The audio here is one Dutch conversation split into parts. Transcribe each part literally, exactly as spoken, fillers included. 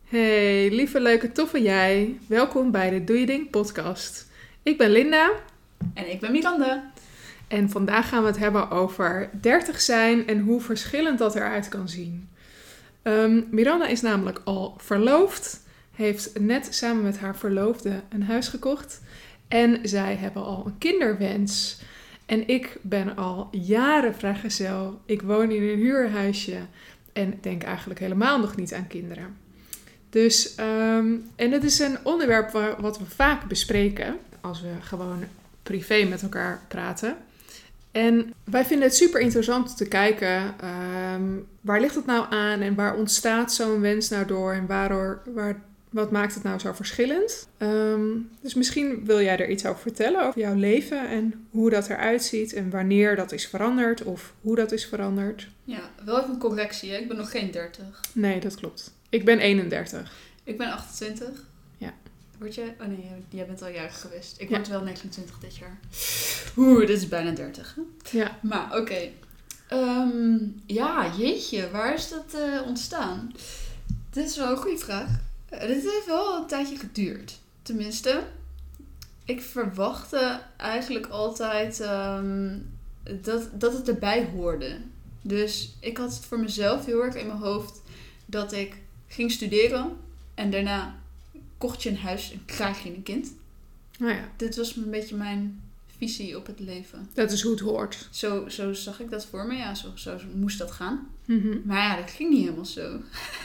Hey, lieve, leuke, toffe jij. Welkom bij de Doe Je Ding podcast. Ik ben Linda. En ik ben Miranda. En vandaag gaan we het hebben over dertig zijn en hoe verschillend dat eruit kan zien. Um, Miranda is namelijk al verloofd. Heeft net samen met haar verloofde een huis gekocht. En zij hebben al een kinderwens. En ik ben al jaren vrijgezel. Ik woon in een huurhuisje. En denk eigenlijk helemaal nog niet aan kinderen. Dus, um, en het is een onderwerp waar, wat we vaak bespreken. Als we gewoon privé met elkaar praten. En wij vinden het super interessant om te kijken. Um, waar ligt het nou aan? En waar ontstaat zo'n wens nou door? En waardoor, waar, wat maakt het nou zo verschillend? Um, dus misschien wil jij er iets over vertellen. Over jouw leven. En hoe dat eruit ziet. En wanneer dat is veranderd. Of hoe dat is veranderd. Ja, wel even een correctie. Hè? Ik ben nog geen dertig. Nee, dat klopt. Ik ben eenendertig. Ik ben achtentwintig. Ja. Word jij? Oh nee, jij bent al jarig geweest. Ik Ja. word wel negenentwintig dit jaar. Oeh, dit is bijna dertig. Hè? Ja. Maar oké. Okay. Um, ja, jeetje. Waar is dat uh, ontstaan? Dit is wel een goede vraag. Uh, dit heeft wel een tijdje geduurd. Tenminste, ik verwachtte eigenlijk altijd um, dat, dat het erbij hoorde. Dus ik had het voor mezelf heel erg in mijn hoofd dat ik ging studeren en daarna kocht je een huis en krijg je een kind. Nou ja. Dit was een beetje mijn visie op het leven. Dat is hoe het hoort. Zo, zo zag ik dat voor me. Ja, zo, zo moest dat gaan. Mm-hmm. Maar ja, dat ging niet helemaal zo.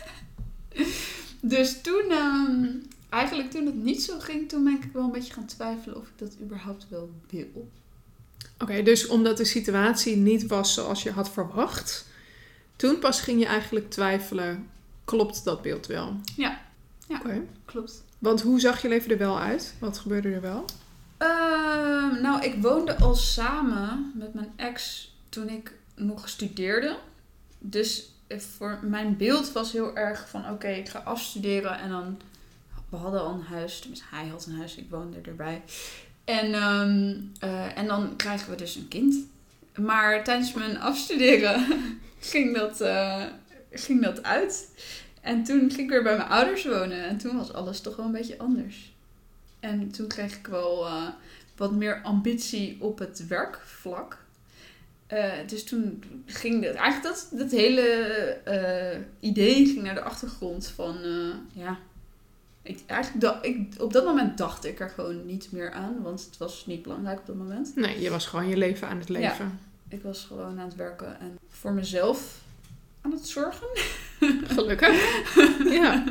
Dus toen, um, eigenlijk toen het niet zo ging, toen ben ik wel een beetje gaan twijfelen of ik dat überhaupt wel wil. Oké, okay, dus omdat de situatie niet was zoals je had verwacht, toen pas ging je eigenlijk twijfelen, klopt dat beeld wel? Ja, ja, okay. Klopt. Want hoe zag je leven er wel uit? Wat gebeurde er wel? Uh, nou, ik woonde al samen met mijn ex toen ik nog studeerde. Dus voor mijn beeld was heel erg van oké, okay, ik ga afstuderen en dan, we hadden al een huis, tenminste hij had een huis, ik woonde erbij. En, um, uh, en dan krijgen we dus een kind. Maar tijdens mijn afstuderen ging, dat, uh, ging dat uit. En toen ging ik weer bij mijn ouders wonen. En toen was alles toch wel een beetje anders. En toen kreeg ik wel uh, wat meer ambitie op het werkvlak. Uh, dus toen ging het, eigenlijk dat, dat hele uh, idee ging naar de achtergrond van, uh, ja... Ik, eigenlijk dacht, ik, op dat moment dacht ik er gewoon niet meer aan, want het was niet belangrijk op dat moment. Nee, je was gewoon je leven aan het leven. Ja, ik was gewoon aan het werken en voor mezelf aan het zorgen. Gelukkig. Ja.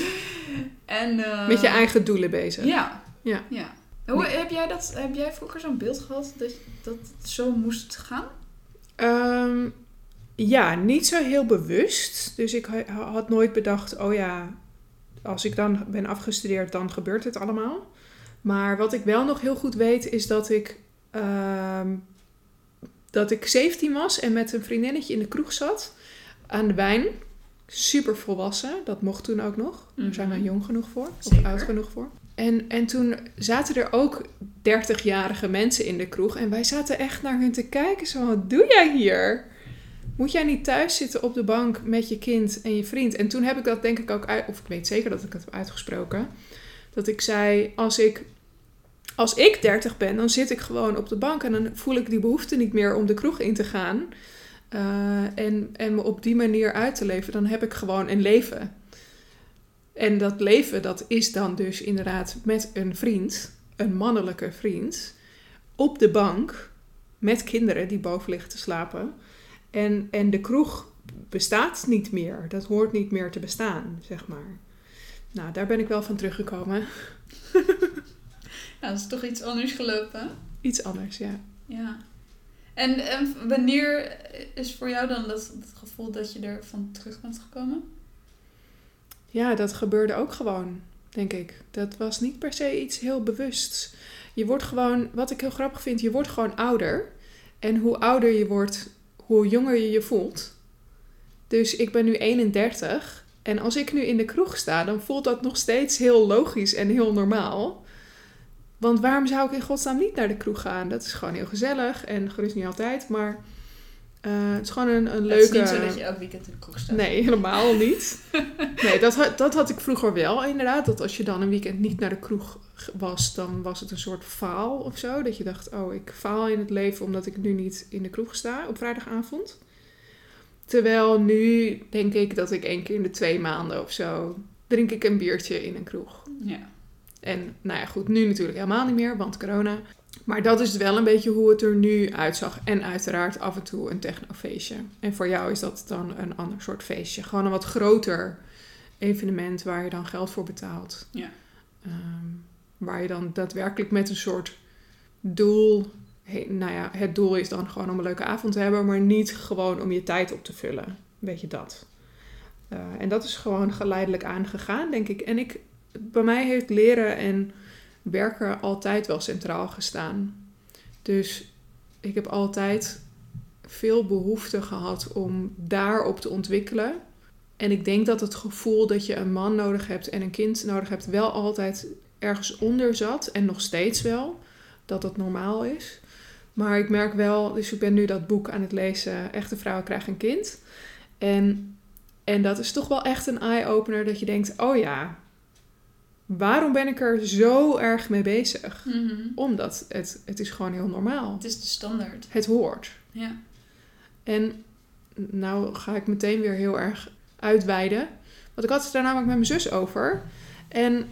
En, uh, met je eigen doelen bezig. Ja. Ja. ja. Hoe, heb, jij dat, heb jij vroeger zo'n beeld gehad dat, dat het zo moest gaan? Um, ja, niet zo heel bewust. Dus ik had nooit bedacht, oh ja, als ik dan ben afgestudeerd, dan gebeurt het allemaal. Maar wat ik wel nog heel goed weet, is dat ik, um, dat ik zeventien was en met een vriendinnetje in de kroeg zat. Aan de wijn. Super volwassen. Dat mocht toen ook nog. Daar mm-hmm. zijn we jong genoeg voor. Zeker. Of oud genoeg voor. En, en toen zaten er ook dertigjarige mensen in de kroeg. En wij zaten echt naar hen te kijken. Zo, wat doe jij hier? Moet jij niet thuis zitten op de bank met je kind en je vriend? En toen heb ik dat denk ik ook uit... Of ik weet zeker dat ik het heb uitgesproken. Dat ik zei, als ik, als ik dertig ben, dan zit ik gewoon op de bank. En dan voel ik die behoefte niet meer om de kroeg in te gaan. Uh, en, en me op die manier uit te leven. Dan heb ik gewoon een leven. En dat leven, dat is dan dus inderdaad met een vriend. Een mannelijke vriend. Op de bank. Met kinderen die boven liggen te slapen. En, en de kroeg bestaat niet meer. Dat hoort niet meer te bestaan, zeg maar. Nou, daar ben ik wel van teruggekomen. Nou, dat is toch iets anders gelopen? Iets anders, ja. Ja. En, en wanneer is voor jou dan dat, dat gevoel dat je er van terug bent gekomen? Ja, dat gebeurde ook gewoon, denk ik. Dat was niet per se iets heel bewusts. Je wordt gewoon, wat ik heel grappig vind, je wordt gewoon ouder. En hoe ouder je wordt, hoe jonger je je voelt. Dus ik ben nu eenendertig. En als ik nu in de kroeg sta, dan voelt dat nog steeds heel logisch en heel normaal. Want waarom zou ik in godsnaam niet naar de kroeg gaan? Dat is gewoon heel gezellig en gerust niet altijd. Maar Uh, het is gewoon een, een Het leuke... is niet zo dat je elk weekend in de kroeg staat. Nee, helemaal niet. Nee, dat had, dat had ik vroeger wel inderdaad. Dat als je dan een weekend niet naar de kroeg was, dan was het een soort faal of zo. Dat je dacht, oh, ik faal in het leven omdat ik nu niet in de kroeg sta op vrijdagavond. Terwijl nu denk ik dat ik één keer in de twee maanden of zo drink ik een biertje in een kroeg. Ja. En nou ja, goed, nu natuurlijk helemaal niet meer, want corona. Maar dat is wel een beetje hoe het er nu uitzag. En uiteraard af en toe een technofeestje. En voor jou is dat dan een ander soort feestje. Gewoon een wat groter evenement waar je dan geld voor betaalt. Ja. Um, waar je dan daadwerkelijk met een soort doel... Hey, nou ja, het doel is dan gewoon om een leuke avond te hebben, maar niet gewoon om je tijd op te vullen. Een beetje dat. Uh, en dat is gewoon geleidelijk aangegaan, denk ik. En ik, bij mij heeft leren en werken altijd wel centraal gestaan. Dus ik heb altijd veel behoefte gehad om daarop te ontwikkelen. En ik denk dat het gevoel dat je een man nodig hebt en een kind nodig hebt wel altijd ergens onder zat. En nog steeds wel. Dat dat normaal is. Maar ik merk wel, dus ik ben nu dat boek aan het lezen, Echte Vrouwen Krijgen een Kind. En, en dat is toch wel echt een eye-opener dat je denkt, oh ja, waarom ben ik er zo erg mee bezig? Mm-hmm. Omdat het, het is gewoon heel normaal. Het is de standaard. Het hoort. Ja. En nou ga ik meteen weer heel erg uitweiden. Want ik had het daar namelijk met mijn zus over. En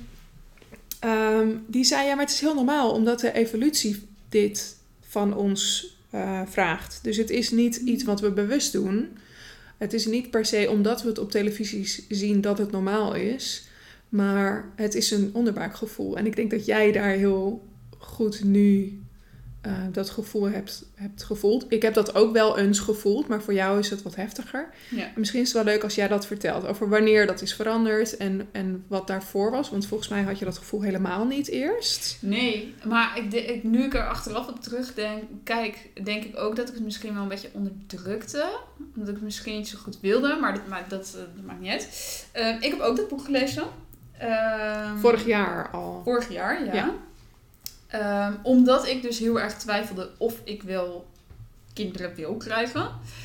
um, die zei, ja, maar het is heel normaal, omdat de evolutie dit van ons uh, vraagt. Dus het is niet iets wat we bewust doen. Het is niet per se omdat we het op televisie zien dat het normaal is. Maar het is een onderbuikgevoel. En ik denk dat jij daar heel goed nu uh, dat gevoel hebt, hebt gevoeld. Ik heb dat ook wel eens gevoeld, maar voor jou is het wat heftiger. Ja. Misschien is het wel leuk als jij dat vertelt over wanneer dat is veranderd en, en wat daarvoor was. Want volgens mij had je dat gevoel helemaal niet eerst. Nee, maar ik, ik, nu ik er achteraf op terugdenk, kijk, denk ik ook dat ik het misschien wel een beetje onderdrukte. Omdat ik het misschien niet zo goed wilde, maar dat, maar dat, dat maakt niet uit. Uh, ik heb ook dat boek gelezen. Uh, Vorig jaar al. Vorig jaar, ja. ja. Um, omdat ik dus heel erg twijfelde of ik wel kinderen wil krijgen.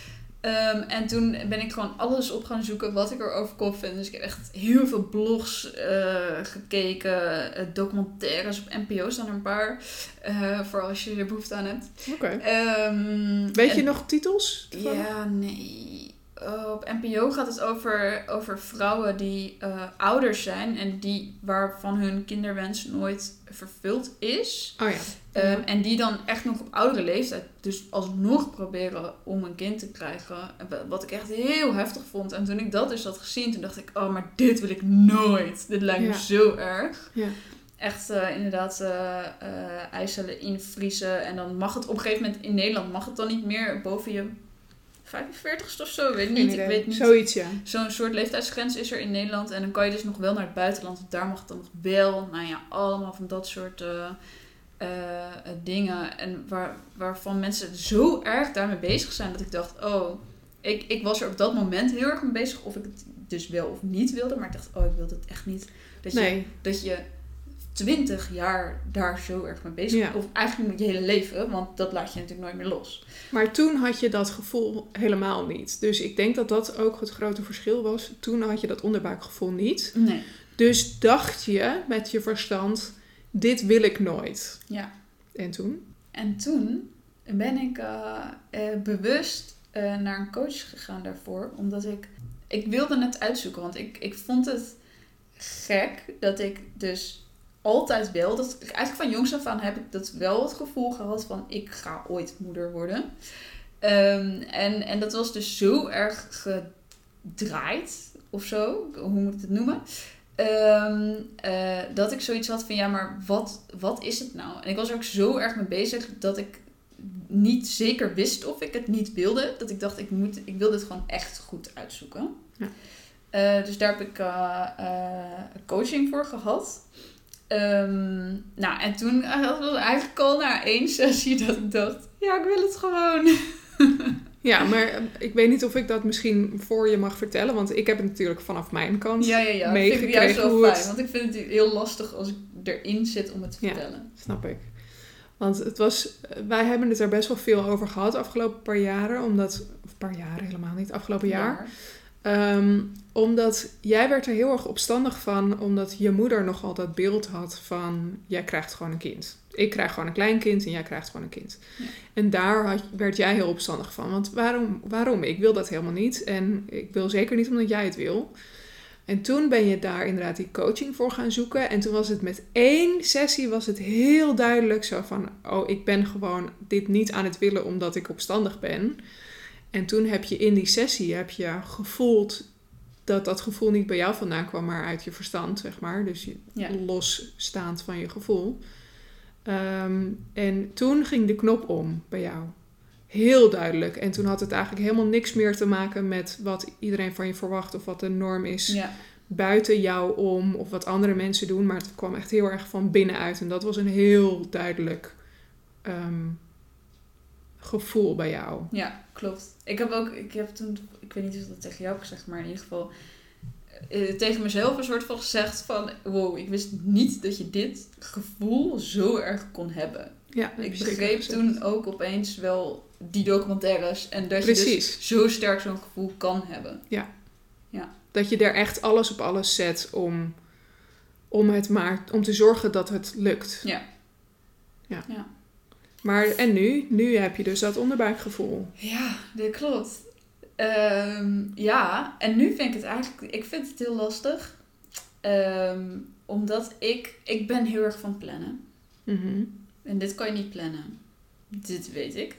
Um, en toen ben ik gewoon alles op gaan zoeken wat ik erover kon vinden. Dus ik heb echt heel veel blogs uh, gekeken, uh, documentaires op N P O staan er een paar. Uh, voor als je er behoefte aan hebt. Oké. Okay. Um, Weet je en, nog titels? Van? Ja, nee. Uh, op N P O gaat het over, over vrouwen die uh, ouders zijn en die waarvan hun kinderwens nooit vervuld is. Oh ja. Um, en die dan echt nog op oudere leeftijd dus alsnog proberen om een kind te krijgen. Wat ik echt heel heftig vond. En toen ik dat dus had gezien, toen dacht ik, oh, maar dit wil ik nooit. Dit lijkt ja. me zo erg. Ja. Echt uh, inderdaad uh, uh, eicellen invriezen. En dan mag het op een gegeven moment in Nederland mag het dan niet meer boven je vijfenveertigste of zo, weet niet. Ik weet niet. Zoiets, ja. Zo'n soort leeftijdsgrens is er in Nederland. En dan kan je dus nog wel naar het buitenland. Want daar mag het dan nog wel. Nou ja, allemaal van dat soort uh, uh, dingen. En waar, waarvan mensen zo erg daarmee bezig zijn. Dat ik dacht, oh, ik, ik was er op dat moment heel erg mee bezig. Of ik het dus wel of niet wilde. Maar ik dacht, oh, ik wilde het echt niet. Dat je, nee. dat je twintig jaar daar zo erg mee bezig bent. Ja. Of eigenlijk je hele leven. Want dat laat je natuurlijk nooit meer los. Maar toen had je dat gevoel helemaal niet. Dus ik denk dat dat ook het grote verschil was. Toen had je dat onderbuikgevoel niet. Nee. Dus dacht je met je verstand, dit wil ik nooit. Ja. En toen? En toen ben ik uh, uh, bewust uh, naar een coach gegaan daarvoor. Omdat ik... Ik wilde het uitzoeken. Want ik, ik vond het gek dat ik dus altijd wel... Dat, eigenlijk van jongs af aan heb ik dat wel het gevoel gehad van... Ik ga ooit moeder worden. Um, en, en dat was dus zo erg gedraaid. Of zo. Hoe moet ik het noemen? Um, uh, dat ik zoiets had van... Ja, maar wat, wat is het nou? En ik was er ook zo erg mee bezig dat ik niet zeker wist of ik het niet wilde. Dat ik dacht, ik, moet, ik wil dit gewoon echt goed uitzoeken. Ja. Uh, dus daar heb ik uh, uh, coaching voor gehad. Um, nou, en toen was het eigenlijk al na één sessie dat ik dacht... Ja, ik wil het gewoon. Ja, maar ik weet niet of ik dat misschien voor je mag vertellen. Want ik heb het natuurlijk vanaf mijn kant ja, ja, ja. meegekregen. Vind ik juist wel fijn. Het... Want ik vind het heel lastig als ik erin zit om het te ja, vertellen. Snap ik. Want het was, wij hebben het er best wel veel over gehad de afgelopen paar jaren. Omdat, of paar jaren helemaal niet, afgelopen jaar. Ja. Um, omdat jij werd er heel erg opstandig van. Omdat je moeder nogal dat beeld had van, jij krijgt gewoon een kind. Ik krijg gewoon een kleinkind en jij krijgt gewoon een kind. Ja. En daar had, werd jij heel opstandig van. Want waarom, waarom? Ik wil dat helemaal niet. En ik wil zeker niet omdat jij het wil. En toen ben je daar inderdaad die coaching voor gaan zoeken. En toen was het met één sessie was het heel duidelijk zo van, oh, ik ben gewoon dit niet aan het willen omdat ik opstandig ben. En toen heb je in die sessie heb je gevoeld dat dat gevoel niet bij jou vandaan kwam, maar uit je verstand, zeg maar. Dus je, ja. losstaand van je gevoel. Um, en toen ging de knop om bij jou. Heel duidelijk. En toen had het eigenlijk helemaal niks meer te maken met wat iedereen van je verwacht of wat de norm is ja. buiten jou om of wat andere mensen doen. Maar het kwam echt heel erg van binnenuit. En dat was een heel duidelijk um, gevoel bij jou. Ja, klopt. Ik heb ook, ik heb toen, ik weet niet of dat tegen jou heb gezegd, maar in ieder geval uh, tegen mezelf een soort van gezegd van, wow, ik wist niet dat je dit gevoel zo erg kon hebben. Ja, ik begreep toen ook opeens wel die documentaires en dat Precies. je dus zo sterk zo'n gevoel kan hebben. Ja. ja. Dat je er echt alles op alles zet om, om, het maar, om te zorgen dat het lukt. Ja. Ja. ja. Maar en nu? Nu heb je dus dat onderbuikgevoel. Ja, dat klopt. Um, ja, en nu vind ik het eigenlijk, ik vind het heel lastig. Um, omdat ik, ik ben heel erg van plannen. Mm-hmm. En dit kan je niet plannen. Dit weet ik.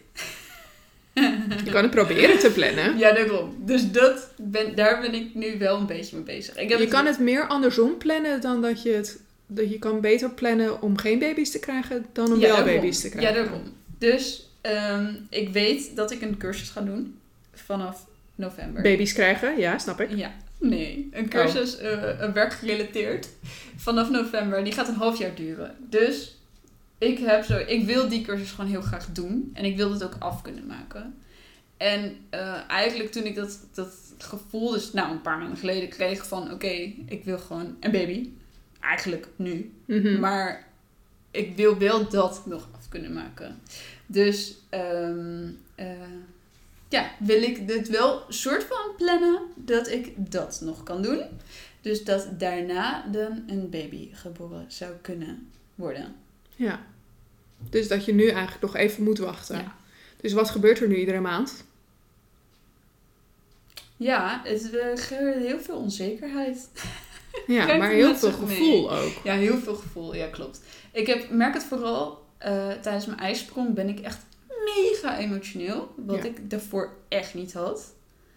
Je kan het proberen te plannen. Ja, dat klopt. Dus dat ben, daar ben ik nu wel een beetje mee bezig. Ik heb je het kan niet... het meer andersom plannen dan dat je het... Dat je kan beter plannen om geen baby's te krijgen dan om ja, wel baby's te krijgen. Ja, daarom. Dus um, ik weet dat ik een cursus ga doen vanaf november. Baby's krijgen, ja, snap ik. Ja, nee. Een cursus, oh. uh, werkgerelateerd, vanaf november. Die gaat een half jaar duren. Dus... Ik, heb zo, ik wil die cursus gewoon heel graag doen. En ik wil het ook af kunnen maken. En uh, eigenlijk toen ik dat, dat gevoel dus nou een paar maanden geleden kreeg van... Oké, okay, ik wil gewoon een baby. Eigenlijk nu. Mm-hmm. Maar ik wil wel dat nog af kunnen maken. Dus um, uh, ja, wil ik dit wel soort van plannen dat ik dat nog kan doen. Dus dat daarna dan een baby geboren zou kunnen worden. Ja, dus dat je nu eigenlijk nog even moet wachten. Ja. Dus wat gebeurt er nu iedere maand? Ja, het uh, geeft heel veel onzekerheid. Ja, maar heel veel gevoel mee. Ook. Ja, heel veel gevoel. Ja, klopt. Ik heb, merk het vooral, uh, tijdens mijn ijsprong ben ik echt mega emotioneel. Wat ja. ik daarvoor echt niet had.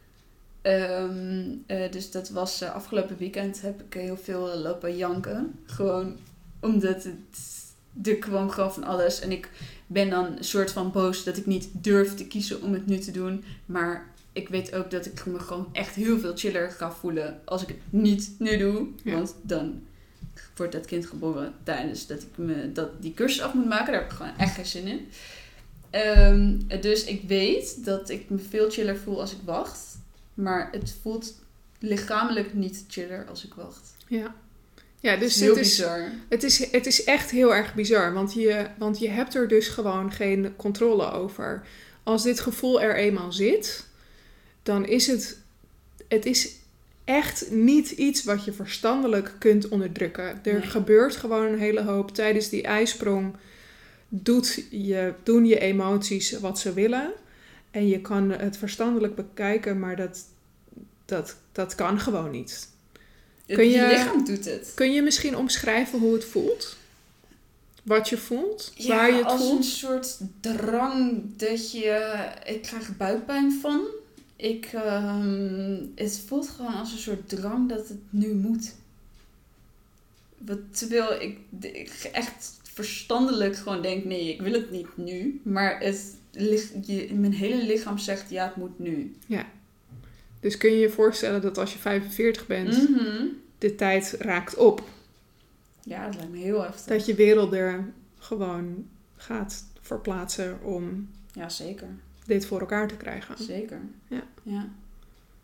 Um, uh, dus dat was uh, afgelopen weekend heb ik heel veel lopen janken. Gewoon omdat het... Er kwam gewoon van alles. En ik ben dan een soort van boos dat ik niet durf te kiezen om het nu te doen. Maar ik weet ook dat ik me gewoon echt heel veel chiller ga voelen als ik het niet nu doe. Ja. Want dan wordt dat kind geboren tijdens dat ik me dat die cursus af moet maken. Daar heb ik gewoon echt geen zin in. Um, dus ik weet dat ik me veel chiller voel als ik wacht. Maar het voelt lichamelijk niet chiller als ik wacht. Ja. Ja, dus heel het is, bizar. Het is, het is echt heel erg bizar, want je, want je hebt er dus gewoon geen controle over. Als dit gevoel er eenmaal zit, dan is het, het is echt niet iets wat je verstandelijk kunt onderdrukken. Er nee. gebeurt gewoon een hele hoop. Tijdens die ijsprong doet je, doen je emoties wat ze willen. En je kan het verstandelijk bekijken, maar dat, dat, dat kan gewoon niet. Kun je, je lichaam doet het. Kun je misschien omschrijven hoe het voelt? Wat je voelt? Ja, waar je het als voelt? een soort drang dat je... Ik krijg buikpijn van. Ik, um, het voelt gewoon als een soort drang dat het nu moet. Wat, terwijl ik, ik echt verstandelijk gewoon denk... Nee, ik wil het niet nu. Maar het, je, mijn hele lichaam zegt ja, het moet nu. Ja. Dus kun je je voorstellen dat als je vijfenveertig bent, mm-hmm. de tijd raakt op. Ja, dat lijkt me heel heftig. Dat je wereld er gewoon gaat verplaatsen om ja, zeker. dit voor elkaar te krijgen. Zeker. Ja. ja.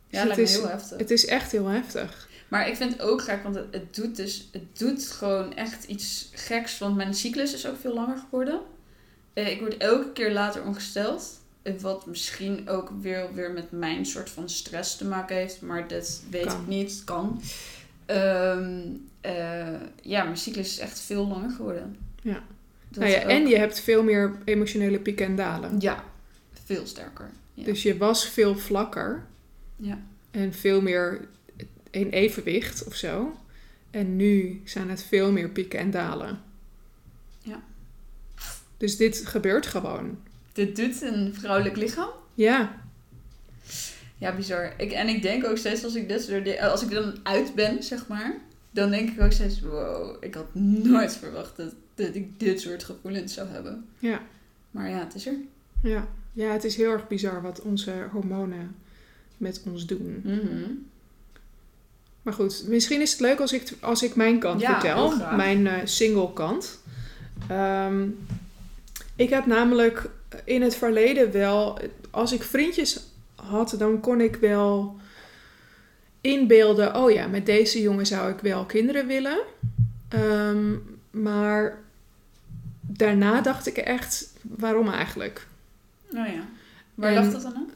Ja, lijkt me heel heftig. Het is echt heel heftig. Maar ik vind het ook gek, want het, het doet dus, het doet gewoon echt iets geks. Want mijn cyclus is ook veel langer geworden. Uh, ik word elke keer later ongesteld. Wat misschien ook weer, weer met mijn soort van stress te maken heeft. Maar dat weet kan. ik niet. Kan. Um, uh, ja, mijn cyclus is echt veel langer geworden. Ja. Nou ja, ook... En je hebt veel meer emotionele pieken en dalen. Ja, veel sterker. Ja. Dus je was veel vlakker. Ja. En veel meer in evenwicht of zo. En nu zijn het veel meer pieken en dalen. Ja. Dus dit gebeurt gewoon. Dit doet een vrouwelijk lichaam? Ja. Ja, bizar. Ik, en ik denk ook steeds als ik dit soort als ik dan uit ben, zeg maar, dan denk ik ook steeds, wow, ik had nooit verwacht dat, dat ik dit soort gevoelens zou hebben. Ja. Maar ja, het is er. Ja. Ja, het is heel erg bizar wat onze hormonen met ons doen. Mm-hmm. Maar goed, misschien is het leuk als ik, als ik mijn kant ja, vertel. Mijn uh, single kant. Um, ik heb namelijk in het verleden wel... Als ik vriendjes had, dan kon ik wel inbeelden... Oh ja, met deze jongen zou ik wel kinderen willen. Um, maar daarna dacht ik echt... Waarom eigenlijk? Oh ja. Waar lag dat dan aan?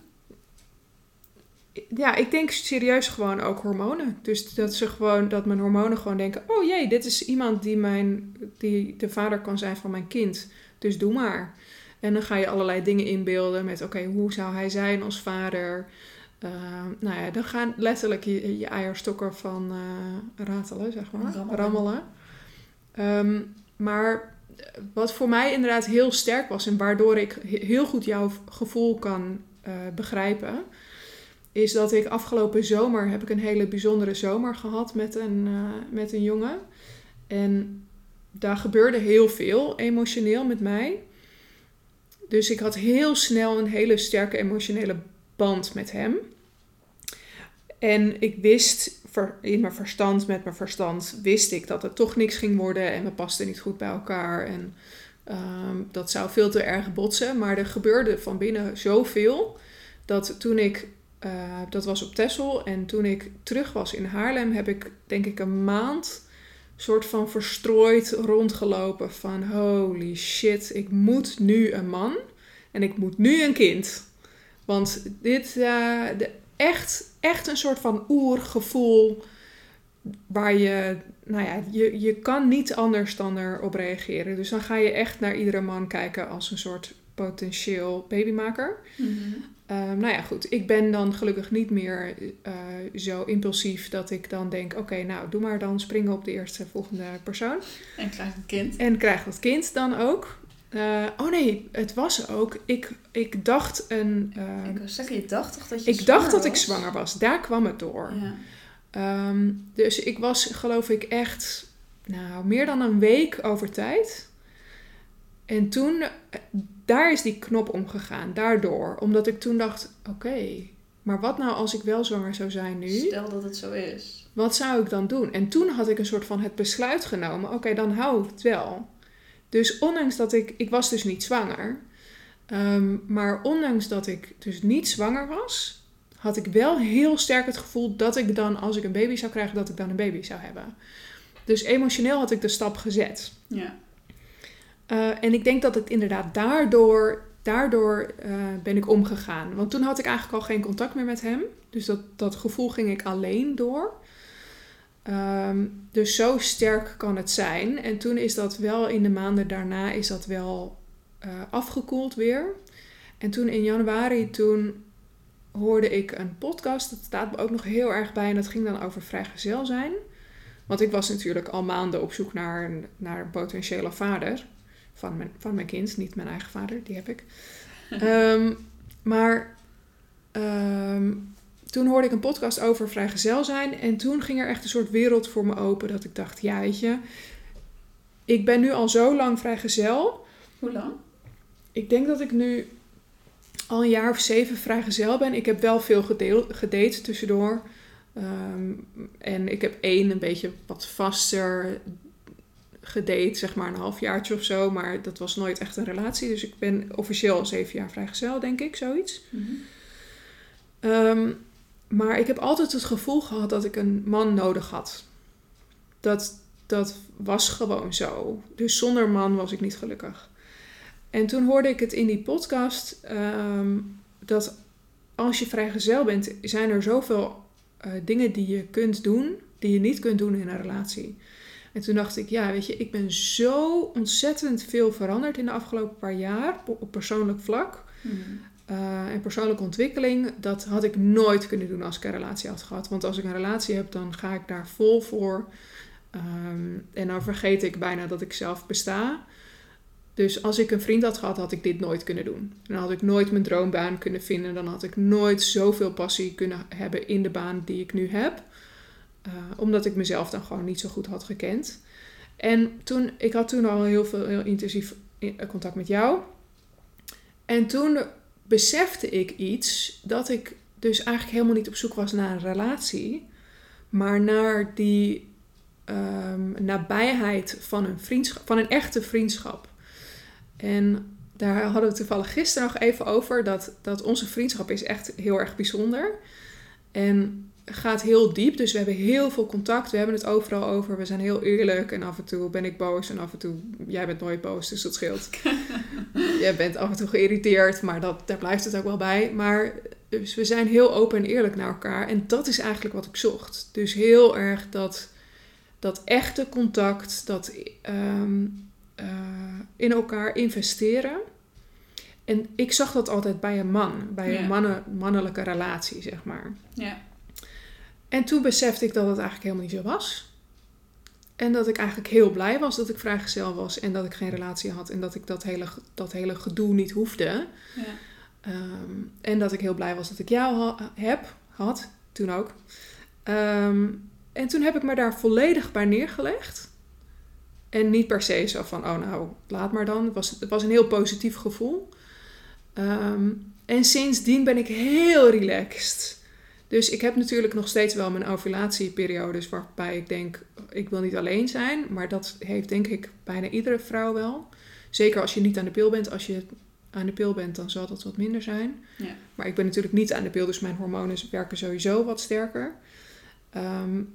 Ja, ik denk serieus gewoon ook hormonen. Dus dat ze gewoon, dat mijn hormonen gewoon denken... Oh jee, dit is iemand die, mijn, die de vader kan zijn van mijn kind. Dus doe maar. En dan ga je allerlei dingen inbeelden met... Oké, okay, hoe zou hij zijn als vader? Uh, nou ja, dan gaan letterlijk je, je eierstokken van uh, ratelen, zeg maar. Rammelen. Rammelen. Um, maar wat voor mij inderdaad heel sterk was... en waardoor ik heel goed jouw gevoel kan uh, begrijpen... is dat ik afgelopen zomer... heb ik een hele bijzondere zomer gehad met een, uh, met een jongen. En daar gebeurde heel veel emotioneel met mij. Dus ik had heel snel een hele sterke emotionele band met hem. En ik wist, in mijn verstand, met mijn verstand... wist ik dat het toch niks ging worden... en we pasten niet goed bij elkaar. En um, dat zou veel te erg botsen. Maar er gebeurde van binnen zoveel... dat toen ik... Uh, dat was op Texel. En toen ik terug was in Haarlem... heb ik denk ik een maand... soort van verstrooid rondgelopen van... holy shit, ik moet nu een man... en ik moet nu een kind. Want dit... Uh, de, echt, echt een soort van oergevoel... waar je... nou ja, je, je kan niet anders dan erop reageren. Dus dan ga je echt naar iedere man kijken... als een soort potentieel babymaker... Mm-hmm. Um, nou ja, goed. Ik ben dan gelukkig niet meer uh, zo impulsief dat ik dan denk... Oké, okay, nou, doe maar dan springen op de eerste volgende persoon. En krijg een kind. En krijg dat kind dan ook. Uh, oh nee, het was ook... Ik, ik dacht een... Uh, ik was zeggen, je dacht toch dat je Ik dacht dat was? ik zwanger was. Daar kwam het door. Ja. Um, dus ik was, geloof ik, echt... Nou, meer dan een week over tijd... En toen, daar is die knop omgegaan, daardoor. Omdat ik toen dacht, oké, okay, maar wat nou als ik wel zwanger zou zijn nu? Stel dat het zo is. Wat zou ik dan doen? En toen had ik een soort van het besluit genomen, oké, okay, dan hou ik het wel. Dus ondanks dat ik, ik was dus niet zwanger. Um, maar ondanks dat ik dus niet zwanger was, had ik wel heel sterk het gevoel dat ik dan, als ik een baby zou krijgen, dat ik dan een baby zou hebben. Dus emotioneel had ik de stap gezet. Ja. Uh, en ik denk dat het inderdaad daardoor, daardoor uh, ben ik omgegaan. Want toen had ik eigenlijk al geen contact meer met hem. Dus dat, dat gevoel ging ik alleen door. Um, dus zo sterk kan het zijn. En toen is dat wel in de maanden daarna is dat wel uh, afgekoeld weer. En toen in januari, toen hoorde ik een podcast. Dat staat me ook nog heel erg bij. En dat ging dan over vrijgezel zijn. Want ik was natuurlijk al maanden op zoek naar, naar een potentiële vader. Van mijn, van mijn kind, niet mijn eigen vader, die heb ik. um, maar um, toen hoorde ik een podcast over vrijgezel zijn. En toen ging er echt een soort wereld voor me open. Dat ik dacht, ja weet je, ik ben nu al zo lang vrijgezel. Hoe lang? Ik denk dat ik nu al een jaar of zeven vrijgezel ben. Ik heb wel veel gedeel, gedate tussendoor. Um, en ik heb één een beetje wat vaster gedate, zeg maar een halfjaartje of zo. Maar dat was nooit echt een relatie. Dus ik ben officieel al zeven jaar vrijgezel, denk ik, zoiets. Mm-hmm. Um, maar ik heb altijd het gevoel gehad dat ik een man nodig had. Dat, dat was gewoon zo. Dus zonder man was ik niet gelukkig. En toen hoorde ik het in die podcast um, dat als je vrijgezel bent, zijn er zoveel uh, dingen die je kunt doen, die je niet kunt doen in een relatie. En toen dacht ik, ja, weet je, ik ben zo ontzettend veel veranderd in de afgelopen paar jaar op persoonlijk vlak. Mm. Uh, en persoonlijke ontwikkeling, dat had ik nooit kunnen doen als ik een relatie had gehad. Want als ik een relatie heb, dan ga ik daar vol voor. Um, en dan vergeet ik bijna dat ik zelf besta. Dus als ik een vriend had gehad, had ik dit nooit kunnen doen. Dan had ik nooit mijn droombaan kunnen vinden. Dan had ik nooit zoveel passie kunnen hebben in de baan die ik nu heb. Uh, omdat ik mezelf dan gewoon niet zo goed had gekend. En toen, ik had toen al heel veel heel intensief contact met jou. En toen besefte ik iets, dat ik dus eigenlijk helemaal niet op zoek was naar een relatie, maar naar die um, nabijheid van een vriendschap, van een echte vriendschap. En daar hadden we toevallig gisteren nog even over, dat, dat onze vriendschap is echt heel erg bijzonder. En gaat heel diep, dus we hebben heel veel contact, we hebben het overal over, we zijn heel eerlijk en af en toe ben ik boos en af en toe, jij bent nooit boos, dus dat scheelt. Jij bent af en toe geïrriteerd, maar dat, daar blijft het ook wel bij. Maar dus we zijn heel open en eerlijk naar elkaar en dat is eigenlijk wat ik zocht. Dus heel erg dat, dat echte contact, dat um, uh, in elkaar investeren. En ik zag dat altijd bij een man, bij ja. een mannen, mannelijke relatie, zeg maar. Ja. En toen besefte ik dat het eigenlijk helemaal niet zo was. En dat ik eigenlijk heel blij was dat ik vrijgezel was. En dat ik geen relatie had. En dat ik dat hele, dat hele gedoe niet hoefde. Ja. Um, en dat ik heel blij was dat ik jou ha- heb, had. Toen ook. Um, en toen heb ik me daar volledig bij neergelegd. En niet per se zo van, oh nou, laat maar dan. Het was, het was een heel positief gevoel. Um, en sindsdien ben ik heel relaxed. Dus ik heb natuurlijk nog steeds wel mijn ovulatieperiodes waarbij ik denk, ik wil niet alleen zijn. Maar dat heeft denk ik bijna iedere vrouw wel. Zeker als je niet aan de pil bent. Als je aan de pil bent, dan zal dat wat minder zijn. Ja. Maar ik ben natuurlijk niet aan de pil, dus mijn hormonen werken sowieso wat sterker. Um,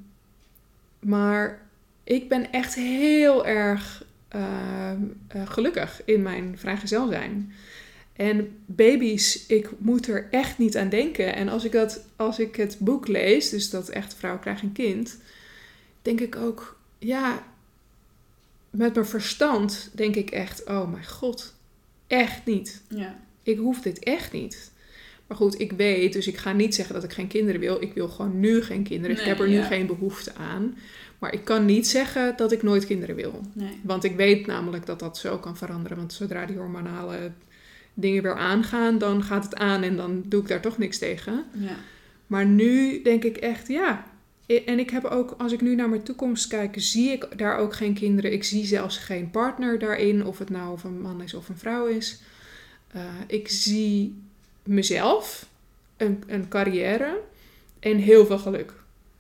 maar ik ben echt heel erg uh, uh, gelukkig in mijn vrijgezel zijn. En baby's, ik moet er echt niet aan denken. En als ik, dat, als ik het boek lees, dus dat Echte Vrouw krijgt een kind, denk ik ook, ja, met mijn verstand denk ik echt, oh mijn god, echt niet. Ja. Ik hoef dit echt niet. Maar goed, ik weet, dus ik ga niet zeggen dat ik geen kinderen wil. Ik wil gewoon nu geen kinderen. Nee, ik heb er nu ja. geen behoefte aan. Maar ik kan niet zeggen dat ik nooit kinderen wil. Nee. Want ik weet namelijk dat dat zo kan veranderen. Want zodra die hormonale dingen weer aangaan, dan gaat het aan en dan doe ik daar toch niks tegen. Ja. Maar nu denk ik echt, ja. En ik heb ook, als ik nu naar mijn toekomst kijk, zie ik daar ook geen kinderen. Ik zie zelfs geen partner daarin, of het nou of een man is of een vrouw is. Uh, ik zie mezelf, een, een carrière en heel veel geluk.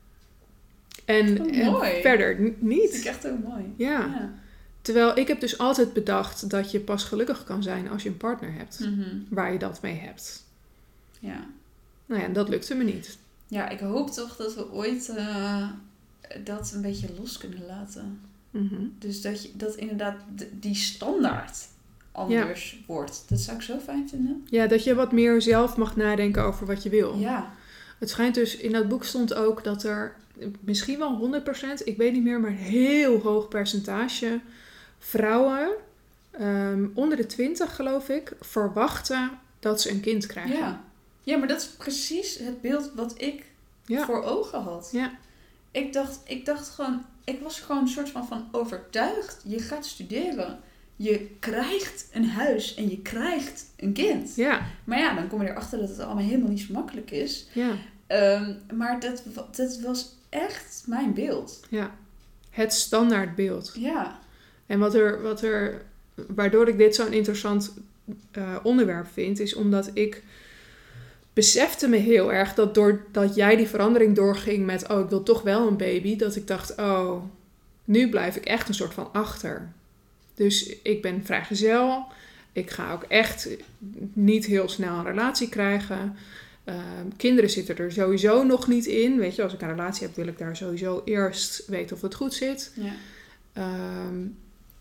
En, oh, mooi. en verder n- niet. Dat vind ik echt heel mooi. Ja. ja. Terwijl ik heb dus altijd bedacht dat je pas gelukkig kan zijn als je een partner hebt. Mm-hmm. Waar je dat mee hebt. Ja. Nou ja, dat lukte me niet. Ja, ik hoop toch dat we ooit uh, dat een beetje los kunnen laten. Mm-hmm. Dus dat, je, dat inderdaad d- die standaard anders ja. wordt. Dat zou ik zo fijn vinden. Ja, dat je wat meer zelf mag nadenken over wat je wil. Ja. Het schijnt dus, in dat boek stond ook dat er misschien wel honderd procent, ik weet niet meer, maar een heel hoog percentage vrouwen um, onder de twintig, geloof ik, verwachten dat ze een kind krijgen. Ja, ja, maar dat is precies het beeld wat ik ja. voor ogen had. Ja. Ik dacht, ik dacht gewoon, ik was gewoon een soort van, van overtuigd. Je gaat studeren, je krijgt een huis en je krijgt een kind. Ja. Maar ja, dan kom je erachter dat het allemaal helemaal niet zo makkelijk is. Ja. Um, maar dat, dat was echt mijn beeld. Ja, het standaardbeeld. Ja. En wat er, wat er, waardoor ik dit zo'n interessant uh, onderwerp vind, is omdat ik besefte me heel erg dat doordat jij die verandering doorging met, oh, ik wil toch wel een baby, dat ik dacht, oh, nu blijf ik echt een soort van achter. Dus ik ben vrijgezel. Ik ga ook echt niet heel snel een relatie krijgen. Uh, kinderen zitten er sowieso nog niet in. Weet je, als ik een relatie heb, wil ik daar sowieso eerst weten of het goed zit. Ja. Um,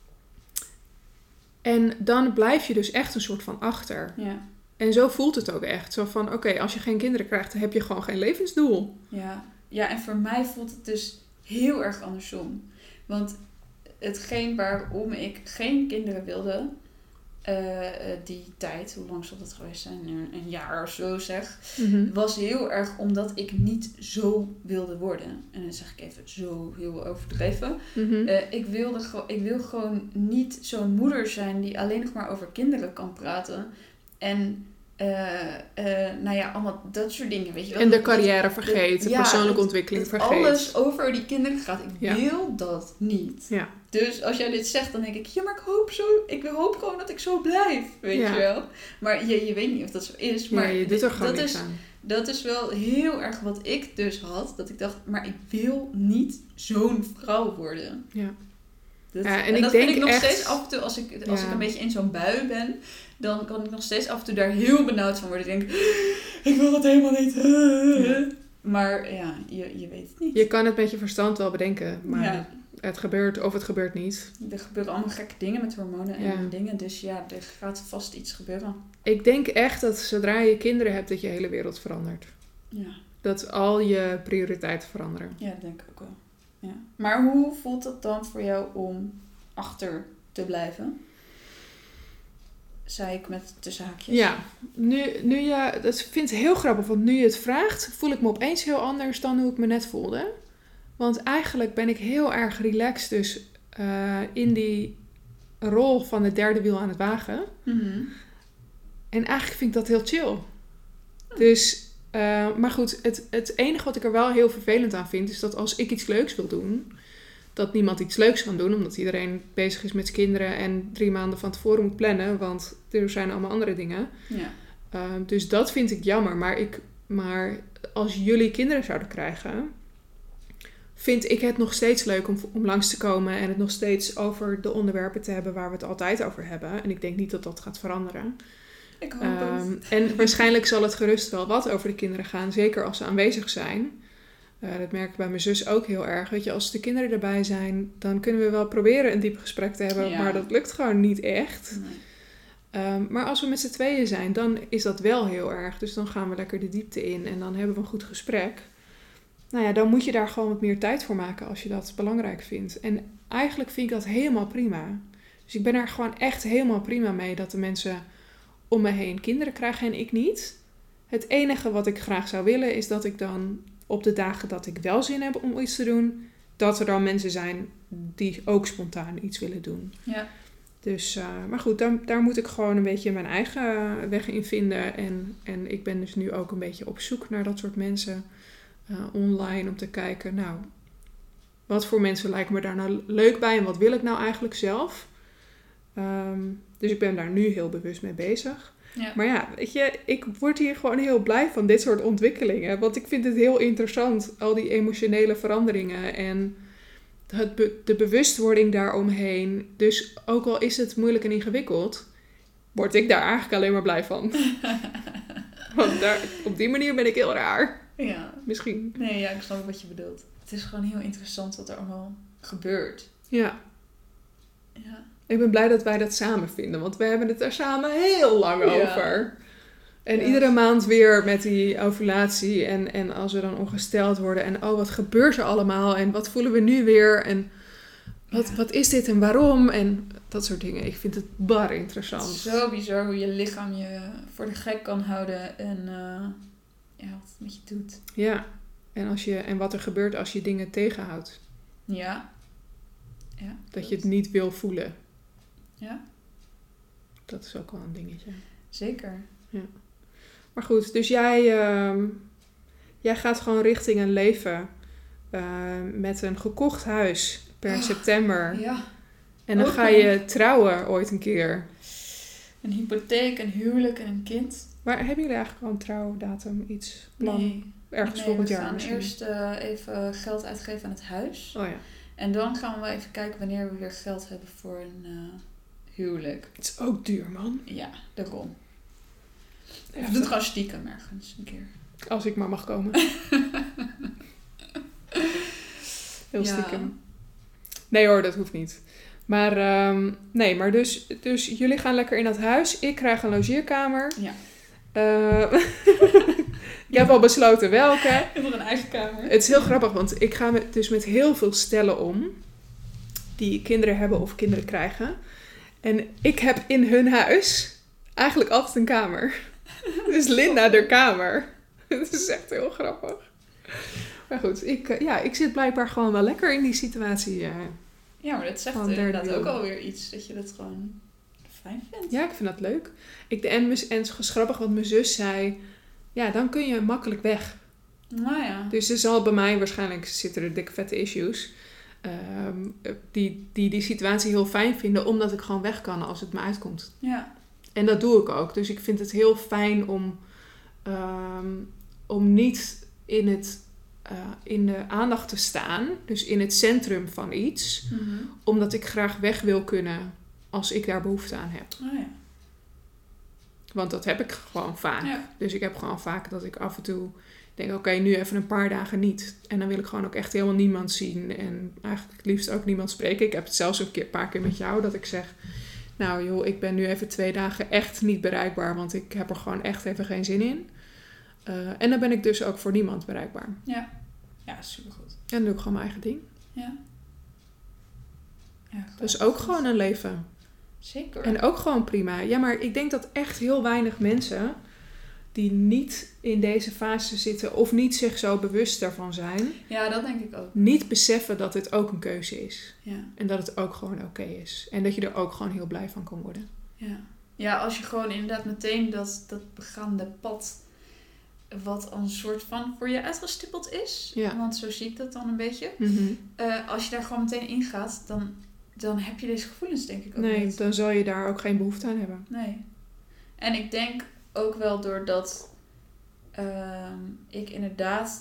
en dan blijf je dus echt een soort van achter. Ja. En zo voelt het ook echt. Zo van, oké, okay, als je geen kinderen krijgt, dan heb je gewoon geen levensdoel. Ja. Ja, en voor mij voelt het dus heel erg andersom. Want hetgeen waarom ik geen kinderen wilde, uh, die tijd, hoe lang zal dat geweest zijn? Een, een jaar of zo zeg. Mm-hmm. Was heel erg omdat ik niet zo wilde worden. En dan zeg ik even zo heel overdreven. Mm-hmm. Uh, ik, wilde ge- ik wil gewoon niet zo'n moeder zijn die alleen nog maar over kinderen kan praten. En Uh, uh, nou ja, allemaal dat soort dingen, weet je wel. En de carrière vergeet, de ja, persoonlijke dat, ontwikkeling dat vergeet. alles over die kinderen gaat. Ik ja. wil dat niet. Ja. Dus als jij dit zegt, dan denk ik, ja, maar ik hoop zo, ik hoop gewoon dat ik zo blijf, weet ja. je wel. Maar je, je weet niet of dat zo is. Maar ja, je doet er gewoon dat niks is, aan. Dat is wel heel erg wat ik dus had, dat ik dacht, maar ik wil niet zo'n vrouw worden. Ja. Dat, ja, en, en ik dat denk vind ik nog echt, steeds af en toe, als ik, als ja. ik een beetje in zo'n bui ben, dan kan ik nog steeds af en toe daar heel benauwd van worden. Ik denk, ik wil dat helemaal niet. Ja. Maar ja, je, je weet het niet. Je kan het met je verstand wel bedenken, maar ja. het gebeurt of het gebeurt niet. Er gebeuren allemaal gekke dingen met hormonen en ja. dingen, dus ja, er gaat vast iets gebeuren. Ik denk echt dat zodra je kinderen hebt, dat je hele wereld verandert. Ja. Dat al je prioriteiten veranderen. Ja, dat denk ik ook wel. Ja. Maar hoe voelt het dan voor jou om achter te blijven? Zei ik met tussen haakjes. Ja, nu, nu je, dat vind ik heel grappig, want nu je het vraagt, voel ik me opeens heel anders dan hoe ik me net voelde. Want eigenlijk ben ik heel erg relaxed dus uh, in die rol van het derde wiel aan het wagen. Mm-hmm. En eigenlijk vind ik dat heel chill. Hm. Dus, uh, maar goed, het, het enige wat ik er wel heel vervelend aan vind, is dat als ik iets leuks wil doen, dat niemand iets leuks kan doen, omdat iedereen bezig is met zijn kinderen en drie maanden van tevoren moet plannen, want er zijn allemaal andere dingen. Ja. Uh, dus dat vind ik jammer. Maar, ik, maar als jullie kinderen zouden krijgen, vind ik het nog steeds leuk om, om langs te komen en het nog steeds over de onderwerpen te hebben waar we het altijd over hebben. En ik denk niet dat dat gaat veranderen. Ik hoop um, het. En waarschijnlijk zal het gerust wel wat over de kinderen gaan, zeker als ze aanwezig zijn. Uh, dat merk ik bij mijn zus ook heel erg. Weet je, als de kinderen erbij zijn, dan kunnen we wel proberen een diep gesprek te hebben, ja. maar dat lukt gewoon niet echt. Nee. Um, maar als we met z'n tweeën zijn, dan is dat wel heel erg. Dus dan gaan we lekker de diepte in en dan hebben we een goed gesprek. Nou ja, dan moet je daar gewoon wat meer tijd voor maken als je dat belangrijk vindt. En eigenlijk vind ik dat helemaal prima. Dus ik ben er gewoon echt helemaal prima mee dat de mensen om me heen kinderen krijgen en ik niet. Het enige wat ik graag zou willen is dat ik dan op de dagen dat ik wel zin heb om iets te doen, dat er dan mensen zijn die ook spontaan iets willen doen. Ja. Dus, uh, maar goed, daar, daar moet ik gewoon een beetje mijn eigen weg in vinden. En, en ik ben dus nu ook een beetje op zoek naar dat soort mensen uh, online om te kijken, nou, wat voor mensen lijken me daar nou leuk bij en wat wil ik nou eigenlijk zelf? Um, dus ik ben daar nu heel bewust mee bezig. Ja. Maar ja, weet je, ik word hier gewoon heel blij van dit soort ontwikkelingen. Want ik vind het heel interessant, al die emotionele veranderingen en het be- de bewustwording daaromheen. Dus ook al is het moeilijk en ingewikkeld, word ik daar eigenlijk alleen maar blij van. Want daar, op die manier ben ik heel raar. Ja. Misschien. Nee, ja, ik snap wat je bedoelt. Het is gewoon heel interessant wat er allemaal gebeurt. Ja. Ja. Ik ben blij dat wij dat samen vinden, want we hebben het er samen heel lang ja. over. En ja. iedere maand weer met die ovulatie en, en als we dan ongesteld worden en oh, wat gebeurt er allemaal en wat voelen we nu weer en wat, ja. wat is dit en waarom en dat soort dingen. Ik vind het bar interessant. Het is zo bizar hoe je lichaam je voor de gek kan houden en uh, ja, wat het met je doet. Ja, en, als je, en wat er gebeurt als je dingen tegenhoudt. Ja. ja dat, dat je het niet wil voelen. Ja. Dat is ook wel een dingetje. Zeker. Ja. Maar goed, dus jij, uh, jij gaat gewoon richting een leven uh, met een gekocht huis per oh, september. Ja. En dan okay. ga je trouwen ooit een keer. Een hypotheek, een huwelijk en een kind. Maar hebben jullie eigenlijk al een trouwdatum, iets plan? Nee. Ergens nee, volgend jaar we gaan misschien? eerst uh, even geld uitgeven aan het huis. Oh ja. En dan gaan we wel even kijken wanneer we weer geld hebben voor een uh, huwelijk. Het is ook duur, man. Ja, daarom. Ja, of doe het gewoon stiekem ergens een keer. Als ik maar mag komen. Heel stiekem. Ja. Nee hoor, dat hoeft niet. Maar um, nee, maar dus, dus jullie gaan lekker in dat huis. Ik krijg een logeerkamer. Ja. Uh, ik heb al besloten welke. Ik heb nog een eigen kamer. Het is heel grappig, want ik ga met, dus met heel veel stellen om. Die kinderen hebben of kinderen krijgen. En ik heb in hun huis eigenlijk altijd een kamer. Dus Linda de kamer. Het is echt heel grappig. Maar goed, ik, ja, ik zit blijkbaar gewoon wel lekker in die situatie. Uh, ja, maar dat zegt inderdaad ook alweer iets. Dat je dat gewoon fijn vindt. Ja, ik vind dat leuk. Ik, en, en het is grappig, want mijn zus zei... Ja, dan kun je makkelijk weg. Nou ja. Dus er zal bij mij waarschijnlijk zitten er dikke vette issues. Um, die, die die situatie heel fijn vinden. Omdat ik gewoon weg kan als het me uitkomt. Ja. En dat doe ik ook. Dus ik vind het heel fijn om... Um, om niet in, het, uh, in de aandacht te staan. Dus in het centrum van iets. Mm-hmm. Omdat ik graag weg wil kunnen als ik daar behoefte aan heb. Oh ja. Want dat heb ik gewoon vaak. Ja. Dus ik heb gewoon vaak dat ik af en toe denk... Oké, okay, nu even een paar dagen niet. En dan wil ik gewoon ook echt helemaal niemand zien. En eigenlijk het liefst ook niemand spreken. Ik heb het zelfs een keer, paar keer met jou dat ik zeg... Nou joh, ik ben nu even twee dagen echt niet bereikbaar. Want ik heb er gewoon echt even geen zin in. Uh, en dan ben ik dus ook voor niemand bereikbaar. Ja, ja, supergoed. En dan doe ik gewoon mijn eigen ding. Ja. Ja, dat is ook goed. Gewoon een leven. Zeker. En ook gewoon prima. Ja, maar ik denk dat echt heel weinig mensen... die niet in deze fase zitten... of niet zich zo bewust daarvan zijn... Ja, dat denk ik ook. Niet beseffen dat het ook een keuze is. Ja. En dat het ook gewoon oké okay is. En dat je er ook gewoon heel blij van kan worden. Ja, ja, als je gewoon inderdaad meteen dat, dat begaande pad... wat een soort van voor je uitgestippeld is. Ja. Want zo zie ik dat dan een beetje. Mm-hmm. Uh, als je daar gewoon meteen in gaat... dan, dan heb je deze gevoelens denk ik ook Nee, niet. dan zal je daar ook geen behoefte aan hebben. Nee. En ik denk ook wel doordat... Uh, ik inderdaad...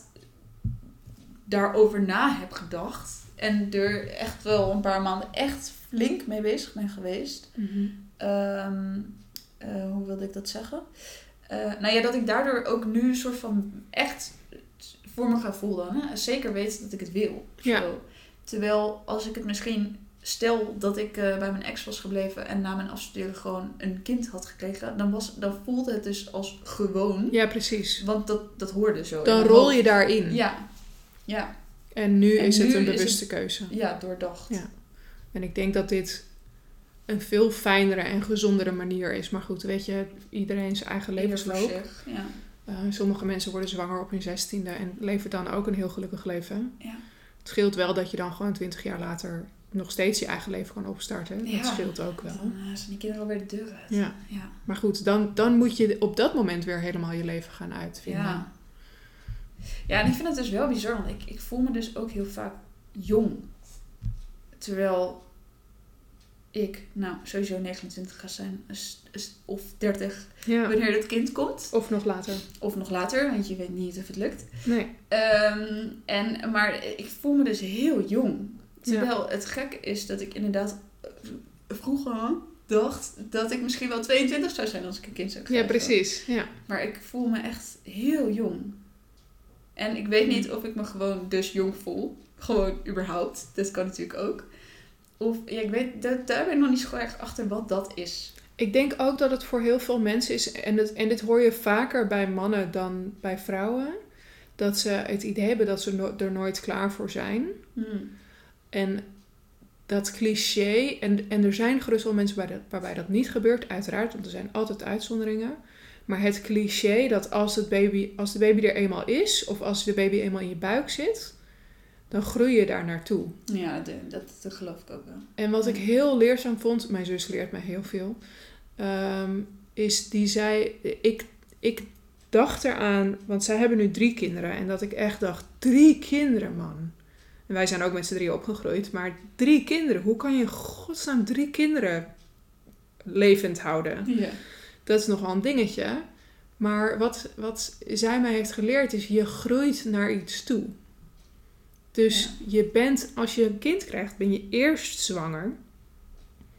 daarover na heb gedacht. En er echt wel een paar maanden echt flink mee bezig ben geweest. Mm-hmm. Um, uh, hoe wilde ik dat zeggen? Uh, nou ja, dat ik daardoor ook nu een soort van echt voor me ga voelen. Hè? Zeker weten dat ik het wil. Ja. Zo. Terwijl als ik het misschien... Stel dat ik uh, bij mijn ex was gebleven en na mijn afstuderen gewoon een kind had gekregen. Dan, was, dan voelde het dus als gewoon. Ja, precies. Want dat, dat hoorde zo. Dan rol je daarin. Ja. Ja. En nu en is nu het een is bewuste het, keuze. Ja, doordacht. Ja. En ik denk dat dit een veel fijnere en gezondere manier is. Maar goed, weet je, iedereen zijn eigen levensloop. Zich, ja. Uh, sommige mensen worden zwanger op hun zestiende en leven dan ook een heel gelukkig leven. Ja. Het scheelt wel dat je dan gewoon twintig jaar later nog steeds je eigen leven kan opstarten. Ja. Dat scheelt ook wel. Dan uh, zijn die kinderen alweer de deur uit. Ja. Ja. Maar goed, dan, dan moet je op dat moment weer helemaal je leven gaan uitvinden. Ja. Ja, en ik vind het dus wel bizar, want ik, ik voel me dus ook heel vaak jong. Terwijl ik, nou, sowieso negenentwintig ga zijn, of dertig, ja. wanneer dat kind komt. Of nog later. Of nog later, want je weet niet of het lukt. Nee. Um, en, maar ik voel me dus heel jong. Terwijl ja. het gekke is dat ik inderdaad vroeger dacht dat ik misschien wel tweeëntwintig zou zijn als ik een kind zou krijgen. Ja, precies. Ja. Maar ik voel me echt heel jong. En ik weet niet of ik me gewoon dus jong voel. Gewoon überhaupt. Dat kan natuurlijk ook. Of, ja, ik weet, dat, daar ben ik nog niet zo erg achter wat dat is. Ik denk ook dat het voor heel veel mensen is, en, het, en dit hoor je vaker bij mannen dan bij vrouwen, dat ze het idee hebben dat ze no- er nooit klaar voor zijn. Hmm. En dat cliché, en, en er zijn gerust wel mensen waarbij dat, waarbij dat niet gebeurt, uiteraard, want er zijn altijd uitzonderingen. Maar het cliché dat als, het baby, als de baby er eenmaal is, of als de baby eenmaal in je buik zit, dan groei je daar naartoe. Ja, de, dat, dat geloof ik ook wel. En wat ik heel leerzaam vond, mijn zus leert mij heel veel, um, is die zei, ik, ik dacht eraan, want zij hebben nu drie kinderen, en dat ik echt dacht, drie kinderen, man. En wij zijn ook met z'n drieën opgegroeid, maar drie kinderen, hoe kan je in godsnaam drie kinderen levend houden? Ja. Dat is nogal een dingetje. Maar wat, wat zij mij heeft geleerd is, je groeit naar iets toe. Dus ja. je bent, als je een kind krijgt, ben je eerst zwanger.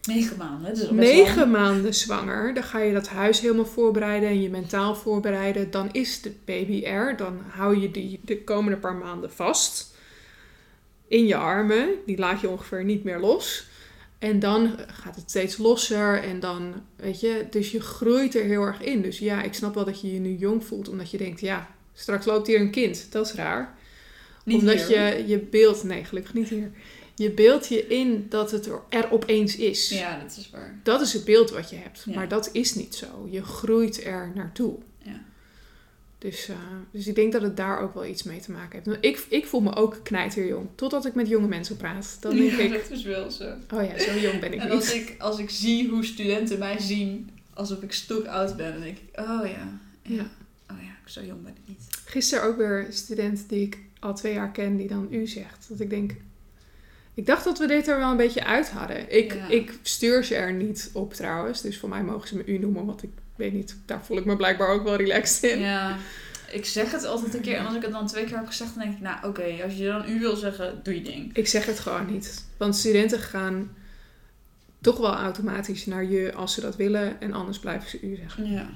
Negen maanden, dat is al best Negen lang. maanden zwanger. Dan ga je dat huis helemaal voorbereiden en je mentaal voorbereiden. Dan is de baby er. Dan hou je die de komende paar maanden vast. In je armen. Die laat je ongeveer niet meer los. En dan gaat het steeds losser. En dan, weet je, dus je groeit er heel erg in. Dus ja, ik snap wel dat je je nu jong voelt. Omdat je denkt, ja, straks loopt hier een kind. Dat is raar. Niet Omdat hier, je je beeld, nee, gelukkig niet hier. Je beeld je in dat het er, er opeens is. Ja, dat is waar. Dat is het beeld wat je hebt. Ja. Maar dat is niet zo. Je groeit er naartoe. Ja. Dus, uh, dus ik denk dat het daar ook wel iets mee te maken heeft. Want Ik, ik voel me ook knijterjong. Totdat ik met jonge mensen praat. Dan denk Ja, ik, dat is wel zo. oh ja, zo jong ben ik En niet. als ik, als ik zie hoe studenten mij zien alsof ik stok oud ben, dan denk ik, oh ja, ja. Ja. Oh ja, zo jong ben ik niet. Gisteren ook weer een student die ik al twee jaar ken, die dan u zegt. Dat ik denk, ik dacht dat we dit er wel een beetje uit hadden. Ik, Ja. ik stuur ze er niet op trouwens. Dus voor mij mogen ze me u noemen. Want ik weet niet, daar voel ik me blijkbaar ook wel relaxed in. Ja, ik zeg het altijd een keer en als ik het dan twee keer heb gezegd, dan denk ik, nou oké, als je dan u wil zeggen, doe je ding. Ik zeg het gewoon niet. Want studenten gaan toch wel automatisch naar je als ze dat willen. En anders blijven ze u zeggen. Ja.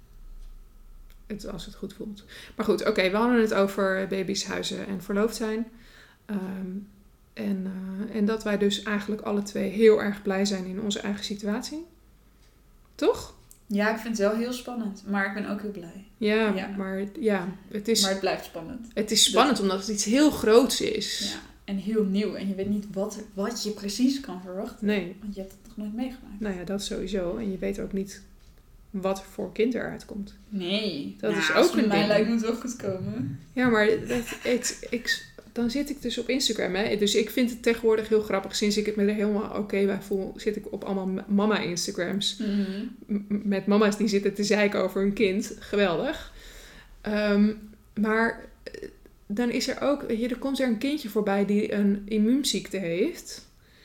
Het, als het goed voelt. Maar goed, oké. we hadden het over baby's, huizen en verloofd zijn. Um, en, uh, en dat wij dus eigenlijk alle twee heel erg blij zijn in onze eigen situatie. Toch? Ja, ik vind het wel heel spannend, maar ik ben ook heel blij. Ja, Ja. maar ja, het is, Maar het blijft spannend. het is spannend omdat het iets heel groots is. Ja, en heel nieuw. En je weet niet wat, wat je precies kan verwachten. Nee, Want je hebt het nog nooit meegemaakt. nou ja, dat sowieso. En je weet ook niet wat voor kind eruit komt. Nee. Dat Nou, is als ook het een mij ding. lijkt moet het wel goed komen. Ja, maar dat, het, ik, dan zit ik dus op Instagram. Hè? Dus ik vind het tegenwoordig heel grappig. Sinds ik het me er helemaal oké bij voel, zit ik op allemaal mama-Instagrams. Mm-hmm. M- met mama's die zitten te zeiken over hun kind. Geweldig. Um, maar eh, dan is er ook, weet je, er komt er een kindje voorbij die een immuunziekte heeft.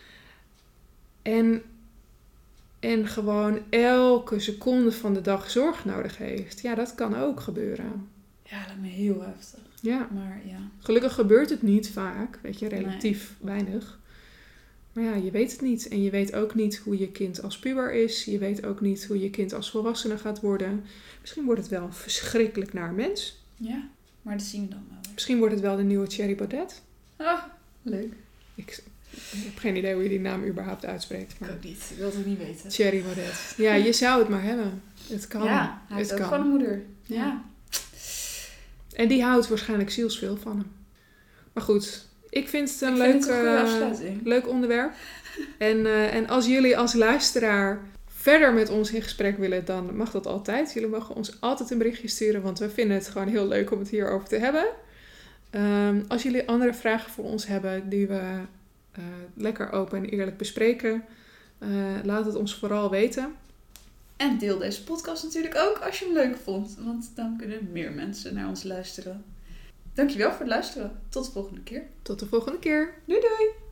En, en gewoon elke seconde van de dag zorg nodig heeft. Ja, dat kan ook gebeuren. Ja, dat lijkt me heel heftig. Ja, Maar ja. gelukkig gebeurt het niet vaak. Weet je, relatief weinig. Maar ja, je weet het niet. En je weet ook niet hoe je kind als puber is. Je weet ook niet hoe je kind als volwassene gaat worden. Misschien wordt het wel een verschrikkelijk naar mens. Ja, maar dat zien we dan wel. Misschien wordt het wel de nieuwe Thierry Baudet. Ah, leuk. Ik, ik heb geen idee hoe je die naam überhaupt uitspreekt. Ik Maar ook niet. Ik wil het ook niet weten. Thierry Baudet. Ja, je zou het maar hebben. Het kan. Ja, hij heeft het ook kan. gewoon een moeder. Ja. Ja. En die houdt waarschijnlijk zielsveel van hem. Maar goed, ik vind het een, Ik leuk, vind het een goede eh, afsluiting. leuk onderwerp. En, uh, en als jullie als luisteraar verder met ons in gesprek willen, dan mag dat altijd. Jullie mogen ons altijd een berichtje sturen, want we vinden het gewoon heel leuk om het hierover te hebben. Um, als jullie andere vragen voor ons hebben die we uh, lekker open en eerlijk bespreken, uh, laat het ons vooral weten. En deel deze podcast natuurlijk ook als je hem leuk vond. Want dan kunnen meer mensen naar ons luisteren. Dankjewel voor het luisteren. Tot de volgende keer. Tot de volgende keer. Doei doei!